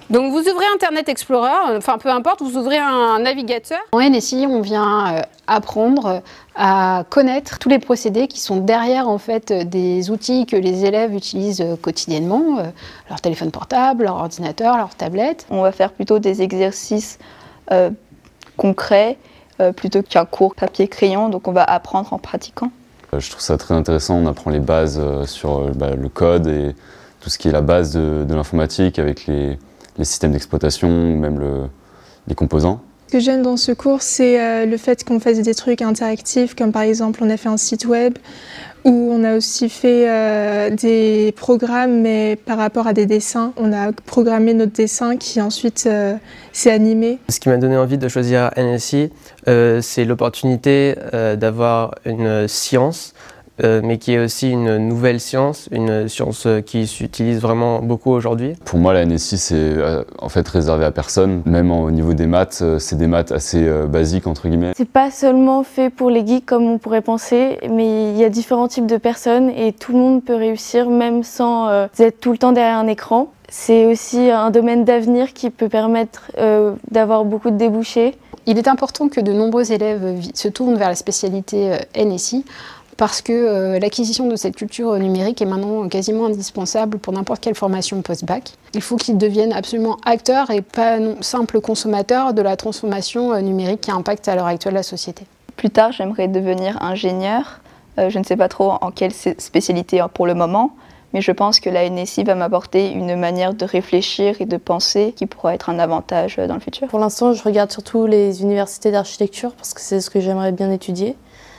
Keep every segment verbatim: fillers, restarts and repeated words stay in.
Donc vous ouvrez Internet Explorer, enfin peu importe, vous ouvrez un navigateur. En N S I, on vient apprendre à connaître tous les procédés qui sont derrière en fait des outils que les élèves utilisent quotidiennement, leur téléphone portable, leur ordinateur, leur tablette. On va faire plutôt des exercices euh, concrets euh, plutôt qu'un cours papier-crayon, donc on va apprendre en pratiquant. Je trouve ça très intéressant, on apprend les bases sur bah, le code et tout ce qui est la base de, de l'informatique avec les, les systèmes d'exploitation ou même le, les composants. Ce que j'aime dans ce cours, c'est euh, le fait qu'on fasse des trucs interactifs, comme par exemple on a fait un site web, où on a aussi fait euh, des programmes, mais par rapport à des dessins. On a programmé notre dessin qui ensuite euh, s'est animé. Ce qui m'a donné envie de choisir N S I, euh, c'est l'opportunité euh, d'avoir une science, Euh, mais qui est aussi une nouvelle science, une science qui s'utilise vraiment beaucoup aujourd'hui. Pour moi, la N S I, c'est euh, en fait réservé à personne. Même au niveau des maths, euh, c'est des maths assez euh, basiques, entre guillemets. C'est pas seulement fait pour les geeks comme on pourrait penser, mais il y a différents types de personnes et tout le monde peut réussir, même sans euh, être tout le temps derrière un écran. C'est aussi un domaine d'avenir qui peut permettre euh, d'avoir beaucoup de débouchés. Il est important que de nombreux élèves se tournent vers la spécialité euh, N S I, parce que euh, l'acquisition de cette culture numérique est maintenant quasiment indispensable pour n'importe quelle formation post-bac. Il faut qu'ils deviennent absolument acteurs et pas non, simples consommateurs de la transformation euh, numérique qui impacte à l'heure actuelle la société. Plus tard, j'aimerais devenir ingénieur. Euh, je ne sais pas trop en quelle spécialité pour le moment, mais je pense que la N S I va m'apporter une manière de réfléchir et de penser qui pourra être un avantage dans le futur. Pour l'instant, je regarde surtout les universités d'architecture parce que c'est ce que j'aimerais bien étudier.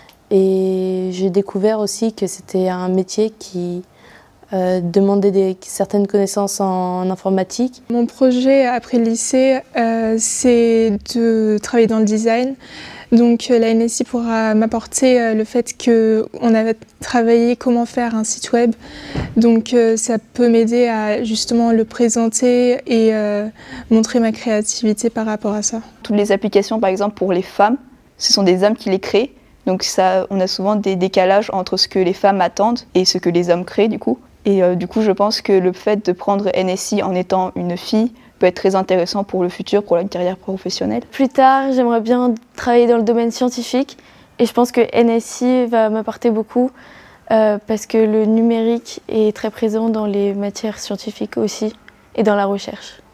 Et j'ai découvert aussi que c'était un métier qui euh, demandait des, certaines connaissances en, en informatique. Mon projet après le lycée, euh, c'est de travailler dans le design. Donc la N S I pourra m'apporter euh, le fait qu'on a travaillé comment faire un site web. Donc euh, ça peut m'aider à justement le présenter et euh, montrer ma créativité par rapport à ça. Toutes les applications, par exemple pour les femmes, ce sont des hommes qui les créent. Donc ça, on a souvent des décalages entre ce que les femmes attendent et ce que les hommes créent du coup. Et euh, du coup, je pense que le fait de prendre N S I en étant une fille peut être très intéressant pour le futur, pour la carrière professionnelle. Plus tard, j'aimerais bien travailler dans le domaine scientifique et je pense que N S I va m'apporter beaucoup euh, parce que le numérique est très présent dans les matières scientifiques aussi et dans la recherche.